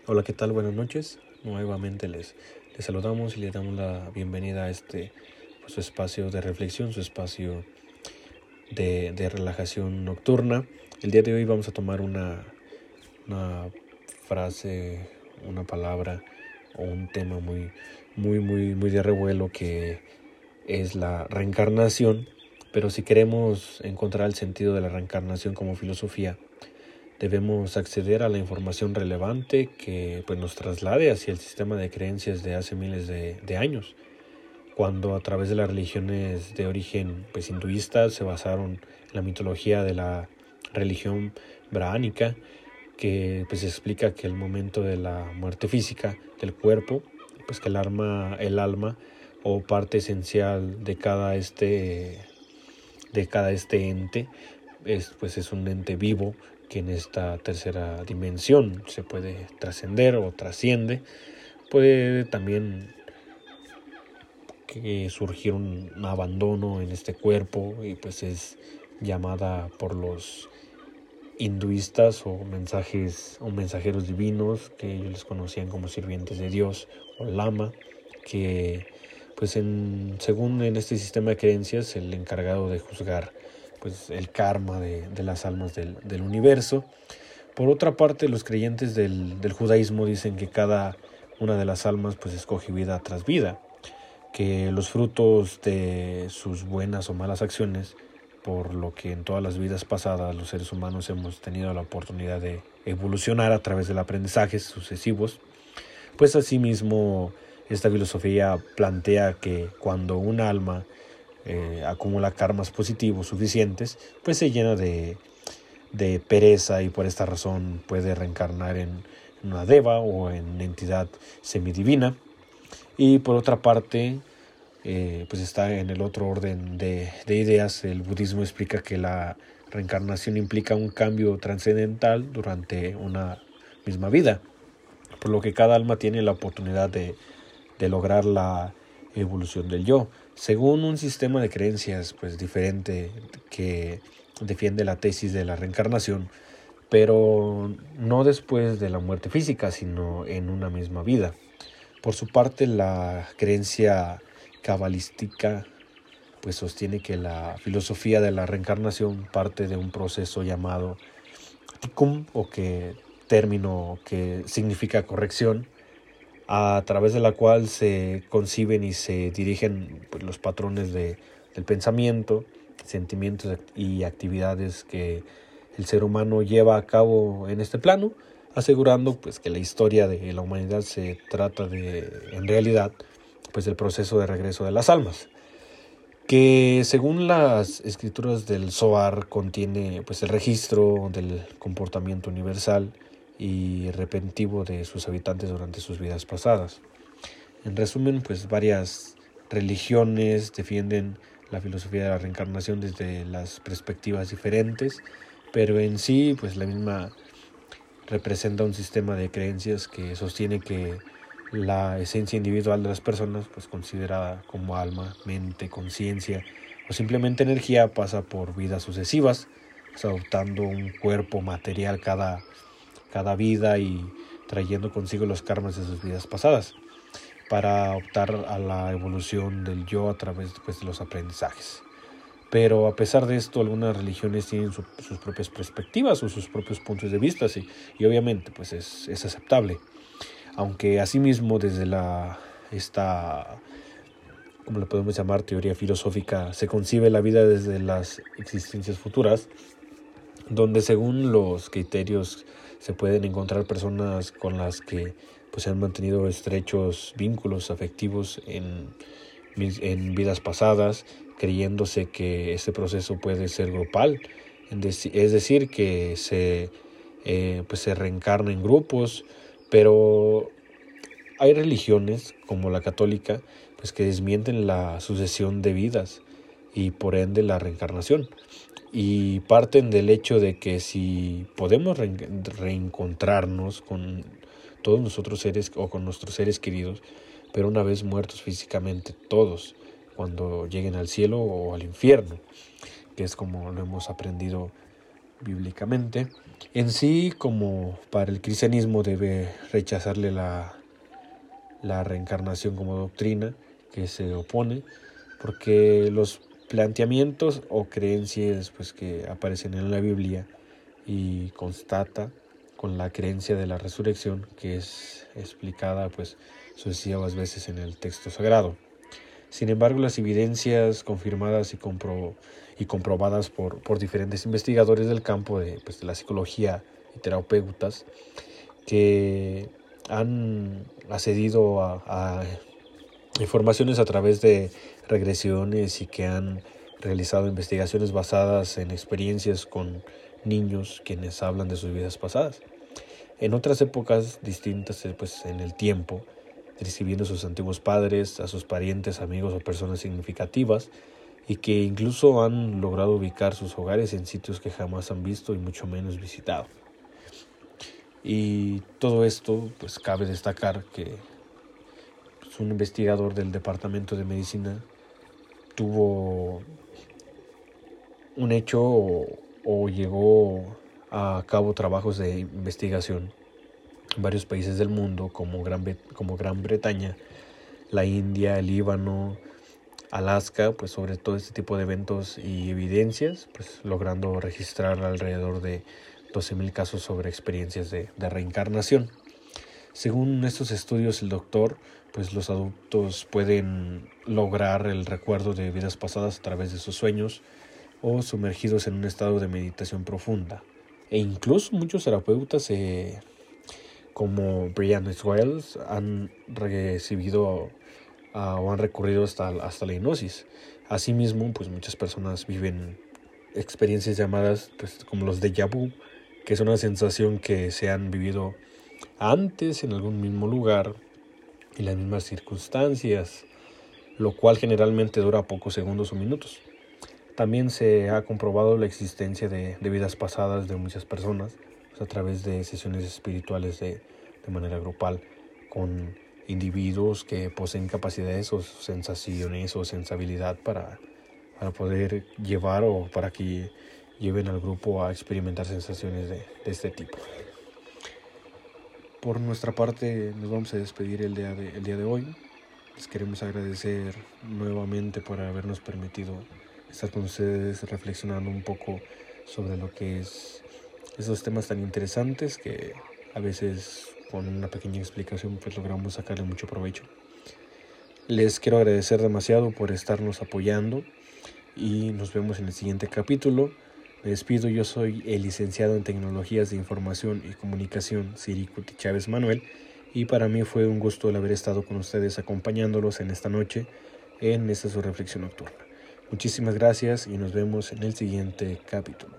Hola, ¿qué tal? Buenas noches. Nuevamente les saludamos y les damos la bienvenida a su espacio de reflexión, su espacio de relajación nocturna. El día de hoy vamos a tomar una frase, una palabra o un tema muy de revuelo, que es la reencarnación. Pero si queremos encontrar el sentido de la reencarnación como filosofía, debemos acceder a la información relevante que nos traslade hacia el sistema de creencias de hace miles de años, cuando a través de las religiones de origen hinduista se basaron en la mitología de la religión brahmánica, que explica que el momento de la muerte física del cuerpo, que el alma o parte esencial de cada ente es un ente vivo que en esta tercera dimensión se puede trascender o trasciende. Puede también surgir un abandono en este cuerpo y es llamada por los hinduistas o mensajeros divinos, que ellos les conocían como sirvientes de Dios o lama, que según en este sistema de creencias, el encargado de juzgar el karma de las almas del universo. Por otra parte, los creyentes del judaísmo dicen que cada una de las almas escoge vida tras vida, que los frutos de sus buenas o malas acciones, por lo que en todas las vidas pasadas los seres humanos hemos tenido la oportunidad de evolucionar a través del aprendizaje sucesivos. Asimismo, esta filosofía plantea que cuando un alma acumula karmas positivos suficientes, se llena de pereza, y por esta razón puede reencarnar en una deva o en entidad semidivina. Y por otra parte, está en el otro orden de ideas. El budismo explica que la reencarnación implica un cambio trascendental durante una misma vida, por lo que cada alma tiene la oportunidad de lograr la evolución del yo, según un sistema de creencias diferente, que defiende la tesis de la reencarnación, pero no después de la muerte física, sino en una misma vida. Por su parte, la creencia cabalística sostiene que la filosofía de la reencarnación parte de un proceso llamado tikkun, término que significa corrección, a través de la cual se conciben y se dirigen los patrones del pensamiento, sentimientos y actividades que el ser humano lleva a cabo en este plano, asegurando que la historia de la humanidad se trata en realidad, del proceso de regreso de las almas, que según las escrituras del Zohar contiene el registro del comportamiento universal y repentino de sus habitantes durante sus vidas pasadas. En resumen, varias religiones defienden la filosofía de la reencarnación desde las perspectivas diferentes, pero en sí la misma representa un sistema de creencias que sostiene que la esencia individual de las personas, considerada como alma, mente, conciencia o simplemente energía, pasa por vidas sucesivas, adoptando un cuerpo material cada vida y trayendo consigo los karmas de sus vidas pasadas, para optar a la evolución del yo a través de los aprendizajes. Pero a pesar de esto, algunas religiones tienen sus propias perspectivas o sus propios puntos de vista, y obviamente es aceptable. Aunque asimismo, desde esta, como le podemos llamar, teoría filosófica, se concibe la vida desde las existencias futuras, donde según los criterios se pueden encontrar personas con las que se han mantenido estrechos vínculos afectivos en vidas pasadas, creyéndose que este proceso puede ser grupal, es decir, que se reencarna en grupos. Pero hay religiones como la católica que desmienten la sucesión de vidas y por ende la reencarnación, y parten del hecho de que si podemos reencontrarnos con todos nosotros seres o con nuestros seres queridos, pero una vez muertos físicamente todos, cuando lleguen al cielo o al infierno, que es como lo hemos aprendido bíblicamente. En sí, como para el cristianismo, debe rechazarle la reencarnación como doctrina, que se opone, porque los planteamientos o creencias pues que aparecen en la Biblia y constata con la creencia de la resurrección, que es explicada pues sucesivas veces en el texto sagrado. Sin embargo, las evidencias confirmadas y comprobadas por diferentes investigadores del campo de la psicología y terapeutas que han accedido a informaciones a través de regresiones y que han realizado investigaciones basadas en experiencias con niños quienes hablan de sus vidas pasadas. En otras épocas distintas en el tiempo, describiendo a sus antiguos padres, a sus parientes, amigos o personas significativas, y que incluso han logrado ubicar sus hogares en sitios que jamás han visto y mucho menos visitado. Y todo esto, pues cabe destacar que un investigador del Departamento de Medicina tuvo un hecho o llevó a cabo trabajos de investigación en varios países del mundo como Gran Bretaña, la India, el Líbano, Alaska, pues sobre todo este tipo de eventos y evidencias, pues logrando registrar alrededor de 12,000 casos sobre experiencias de reencarnación. Según estos estudios, el doctor, pues los adultos pueden lograr el recuerdo de vidas pasadas a través de sus sueños o sumergidos en un estado de meditación profunda. E incluso muchos terapeutas, como Brian Wells, han recibido o han recurrido hasta la hipnosis. Asimismo, pues muchas personas viven experiencias llamadas como los déjà vu, que es una sensación que se han vivido antes en algún mismo lugar y las mismas circunstancias, lo cual generalmente dura pocos segundos o minutos. También se ha comprobado la existencia de vidas pasadas de muchas personas a través de sesiones espirituales de manera grupal con individuos que poseen capacidades o sensaciones o sensibilidad para poder llevar o para que lleven al grupo a experimentar sensaciones de este tipo. Por nuestra parte nos vamos a despedir el día de hoy. Les queremos agradecer nuevamente por habernos permitido estar con ustedes reflexionando un poco sobre lo que es esos temas tan interesantes que a veces con una pequeña explicación pues logramos sacarle mucho provecho. Les quiero agradecer demasiado por estarnos apoyando y nos vemos en el siguiente capítulo. Me despido, yo soy el licenciado en Tecnologías de Información y Comunicación, Siricuti Chávez Manuel, y para mí fue un gusto el haber estado con ustedes acompañándolos en esta noche en esta su reflexión nocturna. Muchísimas gracias y nos vemos en el siguiente capítulo.